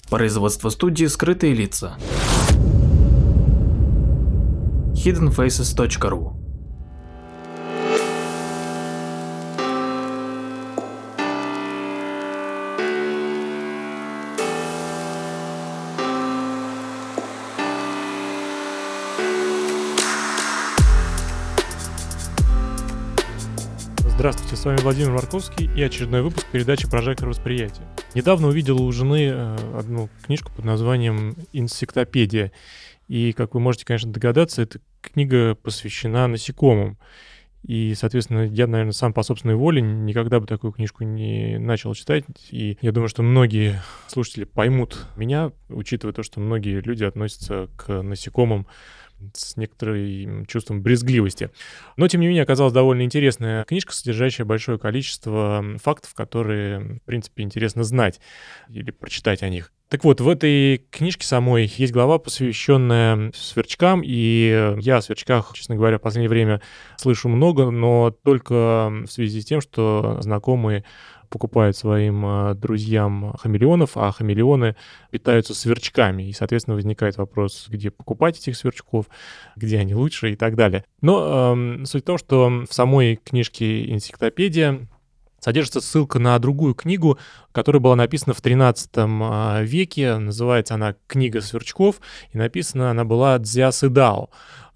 Производство студии «Скрытые лица». hiddenfaces.ru. Здравствуйте, с вами Владимир Марковский и очередной выпуск передачи «Прожектор восприятия». Недавно увидел у жены одну книжку под названием «Инсектопедия». И, как вы можете, конечно, догадаться, эта книга посвящена насекомым. И, соответственно, я, наверное, сам по собственной воле никогда бы такую книжку не начал читать. И я думаю, что многие слушатели поймут меня, учитывая то, что многие люди относятся к насекомым с некоторым чувством брезгливости. Но, тем не менее, оказалась довольно интересная книжка, содержащая большое количество фактов, которые, в принципе, интересно знать или прочитать о них. Так вот, в этой книжке самой есть глава, посвященная сверчкам, и я о сверчках, честно говоря, в последнее время слышу много, но только в связи с тем, что знакомые покупают своим друзьям хамелеонов, а хамелеоны питаются сверчками. И, соответственно, возникает вопрос, где покупать этих сверчков, где они лучше и так далее. Но суть в том, что в самой книжке «Инсектопедия» содержится ссылка на другую книгу, которая была написана в XIII веке. Называется она «Книга сверчков», и написана она была Цзя Сыдао.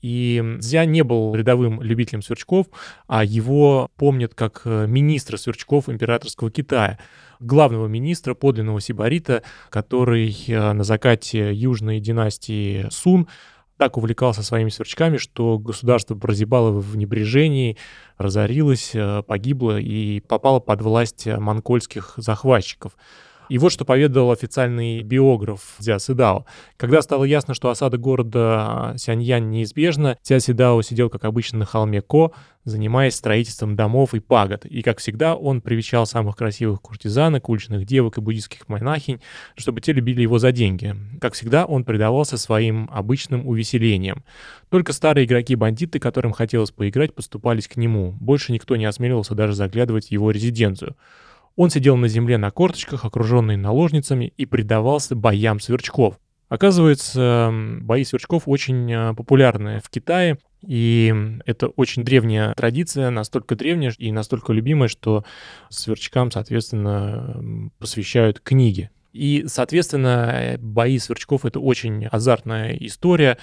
И Цзя не был рядовым любителем сверчков, а его помнят как министра сверчков императорского Китая, главного министра, подлинного сибарита, который на закате южной династии Сун так увлекался своими сверчками, что государство прозябало в небрежении, разорилось, погибло и попало под власть монгольских захватчиков. И вот что поведал официальный биограф Цзя Сыдао. Когда стало ясно, что осада города Сяньян неизбежна, Цзя Сыдао сидел, как обычно, на холме Ко, занимаясь строительством домов и пагод. И, как всегда, он привечал самых красивых куртизанок, уличных девок и буддийских монахинь, чтобы те любили его за деньги. Как всегда, он предавался своим обычным увеселениям. Только старые игроки-бандиты, которым хотелось поиграть, подступались к нему. Больше никто не осмеливался даже заглядывать в его резиденцию. Он сидел на земле на корточках, окруженный наложницами, и предавался боям сверчков. Оказывается, бои сверчков очень популярны в Китае, и это очень древняя традиция, настолько древняя и настолько любимая, что сверчкам, соответственно, посвящают книги. И, соответственно, бои сверчков — это очень азартная история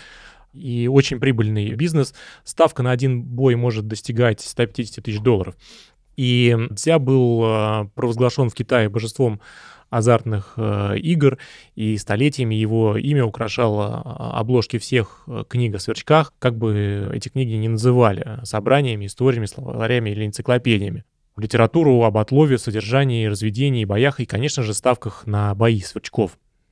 и очень прибыльный бизнес. Ставка на один бой может достигать $150 тысяч. И Цзя был провозглашен в Китае божеством азартных игр, и столетиями его имя украшало обложки всех книг о сверчках, как бы эти книги ни называли, собраниями, историями, словарями или энциклопедиями. Литературу об отлове, содержании, разведении, боях и, конечно же, ставках на бои сверчков.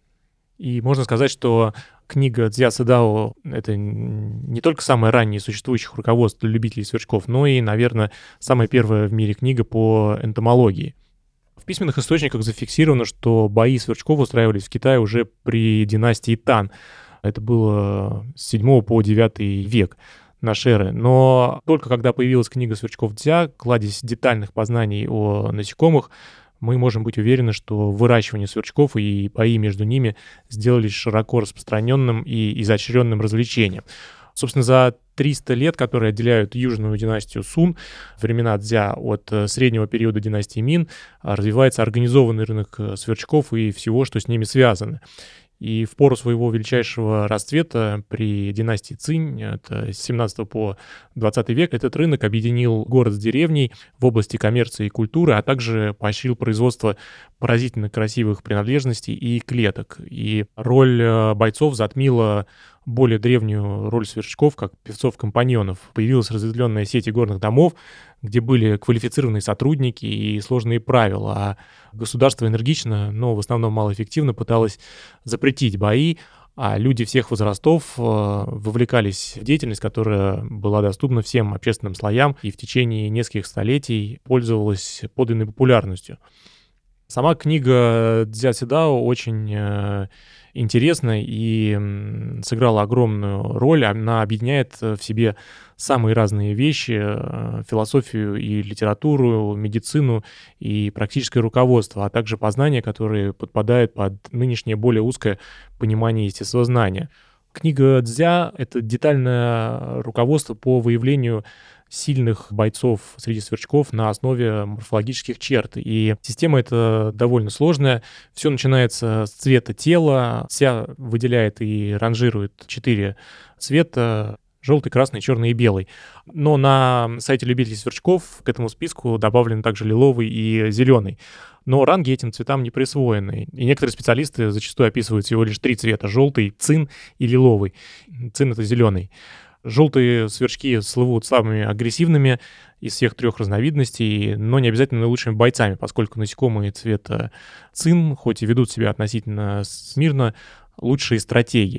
И можно сказать, что книга Цзя Сыдао — это не только самое раннее из существующих руководств для любителей сверчков, но и, наверное, самая первая в мире книга по энтомологии. В письменных источниках зафиксировано, что бои сверчков устраивались в Китае уже при династии Тан. Это было с 7 по 9 век нашей эры. Но только когда появилась книга сверчков Цзя, кладезь детальных познаний о насекомых, мы можем быть уверены, что выращивание сверчков и бои между ними сделались широко распространенным и изощренным развлечением. Собственно, за 300 лет, которые отделяют южную династию Сун, времена Цзя, от среднего периода династии Мин, развивается организованный рынок сверчков и всего, что с ними связано. И в пору своего величайшего расцвета при династии Цинь, это с 17 по 20 век, этот рынок объединил город с деревней в области коммерции и культуры, а также поощрил производство поразительно красивых принадлежностей и клеток. И роль бойцов затмила более древнюю роль сверчков, как певцов-компаньонов. Появилась разветвленная сеть игорных домов, где были квалифицированные сотрудники и сложные правила, а государство энергично, но в основном малоэффективно пыталось запретить бои, а люди всех возрастов вовлекались в деятельность, которая была доступна всем общественным слоям и в течение нескольких столетий пользовалась подлинной популярностью. Сама книга Цзя Сидао очень интересна и сыграла огромную роль. Она объединяет в себе самые разные вещи, философию и литературу, медицину и практическое руководство, а также познания, которые подпадают под нынешнее более узкое понимание естествознания. Книга Цзя — это детальное руководство по выявлению сильных бойцов среди сверчков на основе морфологических черт. И система эта довольно сложная. Все начинается с цвета тела. Цзя выделяет и ранжирует 4 цвета: желтый, красный, черный и белый. Но на сайте любителей сверчков к этому списку добавлен также лиловый и зеленый. Но ранги этим цветам не присвоены. И некоторые специалисты зачастую описывают всего лишь 3 цвета: желтый, цин и лиловый. Цин — это зеленый. Желтые сверчки слывут самыми агрессивными из всех 3 разновидностей, но не обязательно наилучшими бойцами, поскольку насекомые цвета цин, хоть и ведут себя относительно смирно, лучшие стратеги.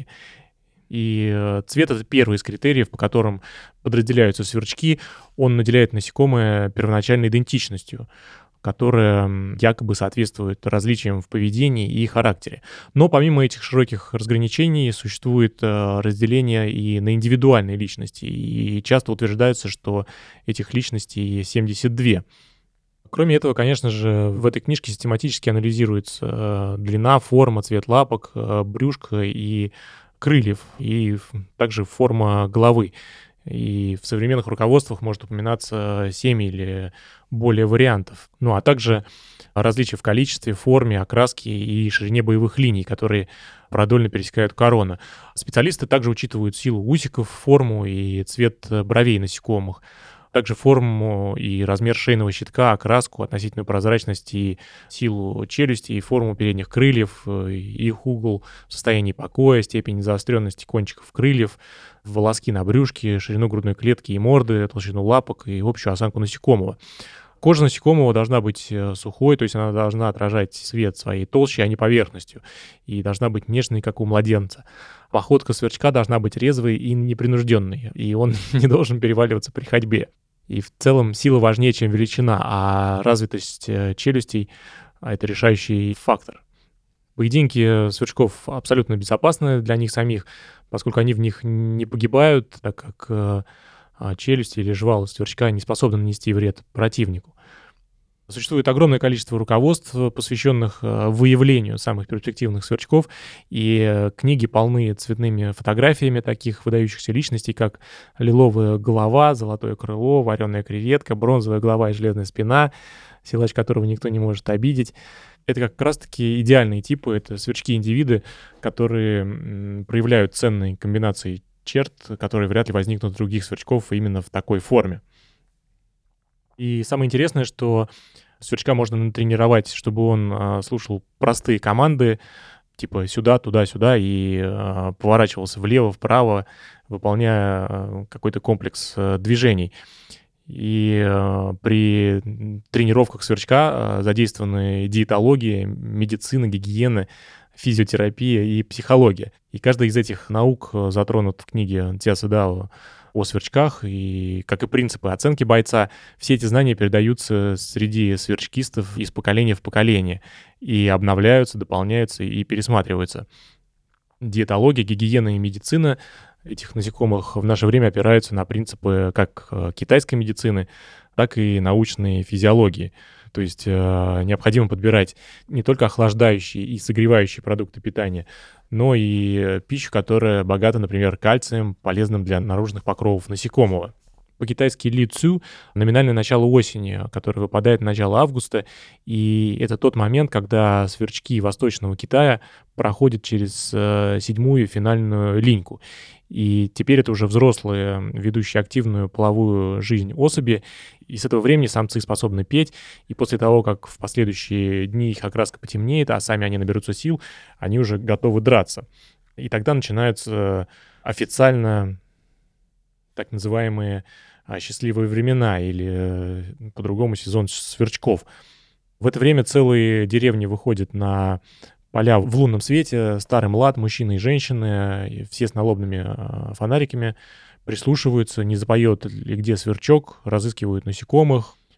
И цвет — это первый из критериев, по которым подразделяются сверчки. Он наделяет насекомое первоначальной идентичностью, которая якобы соответствует различиям в поведении и характере. Но помимо этих широких разграничений существует разделение и на индивидуальные личности, и часто утверждается, что этих личностей 72. Кроме этого, конечно же, в этой книжке систематически анализируется длина, форма, цвет лапок, брюшка и крыльев, и также форма головы. И в современных руководствах может упоминаться 7 или более вариантов. Ну, а также различия в количестве, форме, окраске и ширине боевых линий, которые продольно пересекают корону. Специалисты также учитывают силу усиков, форму и цвет бровей насекомых, также форму и размер шейного щитка, окраску, относительную прозрачность и силу челюсти, и форму передних крыльев, их угол в состоянии покоя, степень заостренности кончиков крыльев, волоски на брюшке, ширину грудной клетки и морды, толщину лапок и общую осанку насекомого. Кожа насекомого должна быть сухой, то есть она должна отражать свет своей толщей, а не поверхностью, и должна быть нежной, как у младенца. Походка сверчка должна быть резвой и непринужденной, и он не должен переваливаться при ходьбе. И в целом сила важнее, чем величина, а развитость челюстей — это решающий фактор. Поединки сверчков абсолютно безопасны для них самих, поскольку они в них не погибают, так как челюсти или жвалы сверчка не способны нанести вред противнику. Существует огромное количество руководств, посвященных выявлению самых перспективных сверчков, и книги полны цветными фотографиями таких выдающихся личностей, как лиловая голова, золотое крыло, вареная креветка, бронзовая голова и железная спина, силач которого никто не может обидеть. Это как раз-таки идеальные типы, это сверчки-индивиды, которые проявляют ценные комбинации черт, которые вряд ли возникнут у других сверчков именно в такой форме. И самое интересное, что сверчка можно натренировать, чтобы он слушал простые команды, типа сюда, туда, сюда, и поворачивался влево, вправо, выполняя какой-то комплекс движений. И при тренировках сверчка задействованы диетология, медицина, гигиена, физиотерапия и психология. И каждая из этих наук затронут в книге Цзя Сидао о сверчках, и, как и принципы оценки бойца, все эти знания передаются среди сверчкистов из поколения в поколение и обновляются, дополняются и пересматриваются. Диетология, гигиена и медицина этих насекомых в наше время опираются на принципы как китайской медицины, так и научной физиологии. То есть необходимо подбирать не только охлаждающие и согревающие продукты питания, но и пищу, которая богата, например, кальцием, полезным для наружных покровов насекомого. По-китайски Ли Цю — номинальное начало осени, которое выпадает на начало августа, и это тот момент, когда сверчки Восточного Китая проходят через 7-ю финальную линьку. И теперь это уже взрослые, ведущие активную половую жизнь особи, и с этого времени самцы способны петь, и после того, как в последующие дни их окраска потемнеет, а сами они наберутся сил, они уже готовы драться. И тогда начинаются официально так называемые счастливые времена, или по-другому сезон сверчков. В это время целые деревни выходят на поля в лунном свете, старый млад, мужчины и женщины, все с налобными фонариками, прислушиваются, не запоет ли где сверчок, разыскивают насекомых,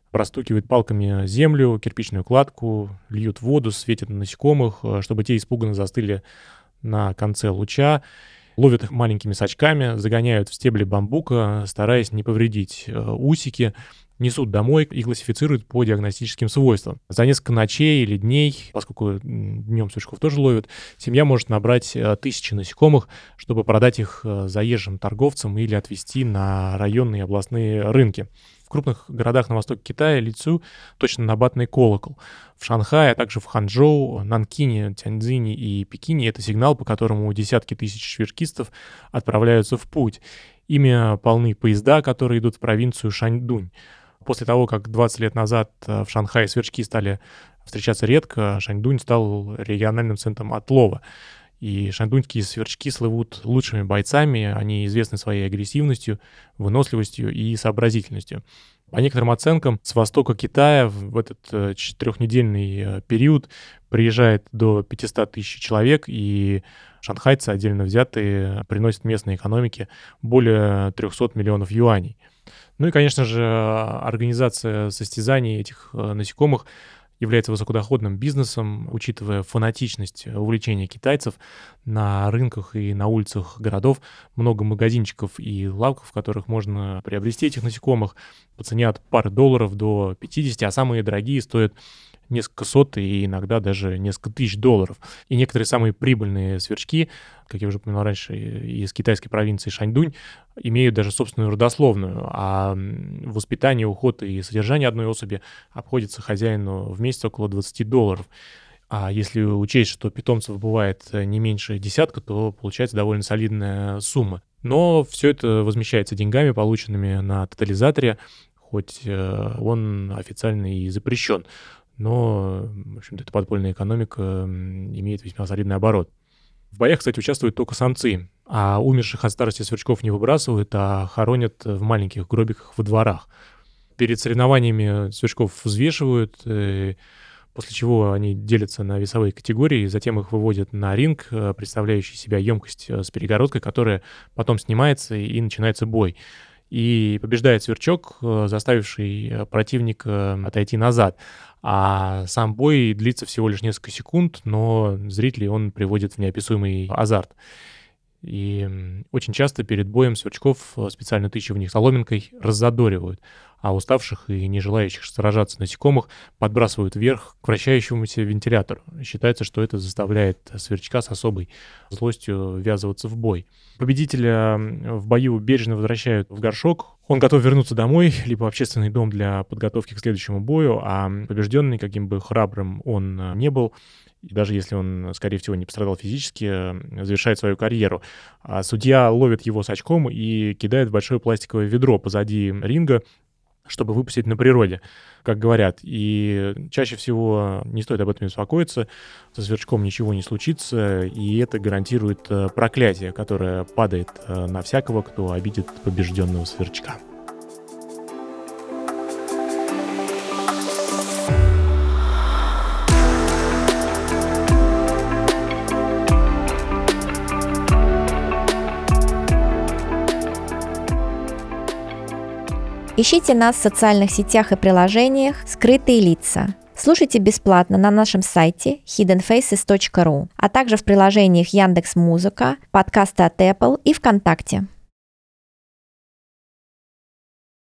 простукивают палками землю, кирпичную кладку, льют воду, светят на насекомых, чтобы те испуганно застыли на конце луча, ловят их маленькими сачками, загоняют в стебли бамбука, стараясь не повредить усики, несут домой и классифицируют по диагностическим свойствам. За несколько ночей или дней, поскольку днем сверчков тоже ловят, семья может набрать тысячи насекомых, чтобы продать их заезжим торговцам или отвезти на районные и областные рынки. В крупных городах на востоке Китая Лицу точно набатный колокол. В Шанхае, а также в Ханчжоу, Нанкине, Тяньцзине и Пекине это сигнал, по которому десятки тысяч сверчкистов отправляются в путь. Ими полны поезда, которые идут в провинцию Шаньдунь. После того, как 20 лет назад в Шанхае сверчки стали встречаться редко, Шаньдунь стал региональным центром отлова. И шаньдуньские сверчки слывут лучшими бойцами, они известны своей агрессивностью, выносливостью и сообразительностью. По некоторым оценкам, с востока Китая в этот 4-недельный период приезжает до 500 тысяч человек, и шанхайцы, отдельно взятые, приносят местной экономике более 300 миллионов юаней. Ну и, конечно же, организация состязаний этих насекомых является высокодоходным бизнесом, учитывая фанатичность увлечения китайцев. На рынках и на улицах городов много магазинчиков и лавков, в которых можно приобрести этих насекомых по цене от пары долларов до 50, а самые дорогие стоят несколько сот и иногда даже несколько тысяч долларов. И некоторые самые прибыльные сверчки, как я уже упоминал раньше, из китайской провинции Шаньдунь, имеют даже собственную родословную, а воспитание, уход и содержание одной особи обходится хозяину в месяц около $20. А если учесть, что питомцев бывает не меньше десятка, то получается довольно солидная сумма. Но все это возмещается деньгами, полученными на тотализаторе, хоть он официально и запрещен. Но, в общем-то, эта подпольная экономика имеет весьма солидный оборот. В боях, кстати, участвуют только самцы, а умерших от старости сверчков не выбрасывают, а хоронят в маленьких гробиках во дворах. Перед соревнованиями сверчков взвешивают, после чего они делятся на весовые категории, затем их выводят на ринг, представляющий себя емкость с перегородкой, которая потом снимается и начинается бой. И побеждает сверчок, заставивший противника отойти назад. А сам бой длится всего лишь несколько секунд, но зрителей он приводит в неописуемый азарт. И очень часто перед боем сверчков, специально тыча в них соломинкой, раззадоривают, а уставших и не желающих сражаться насекомых подбрасывают вверх к вращающемуся вентилятору. Считается, что это заставляет сверчка с особой злостью ввязываться в бой. Победителя в бою бережно возвращают в горшок. Он готов вернуться домой, либо в общественный дом для подготовки к следующему бою, а побежденный, каким бы храбрым он не был, и даже если он, скорее всего, не пострадал физически, завершает свою карьеру. А судья ловит его с очком и кидает в большое пластиковое ведро позади ринга, чтобы выпустить на природе, как говорят. И чаще всего не стоит об этом беспокоиться, со сверчком ничего не случится, и это гарантирует проклятие, которое падает на всякого, кто обидит побежденного сверчка. Ищите нас в социальных сетях и приложениях «Скрытые лица». Слушайте бесплатно на нашем сайте hiddenfaces.ru, а также в приложениях Яндекс.Музыка, подкасты от Apple и ВКонтакте.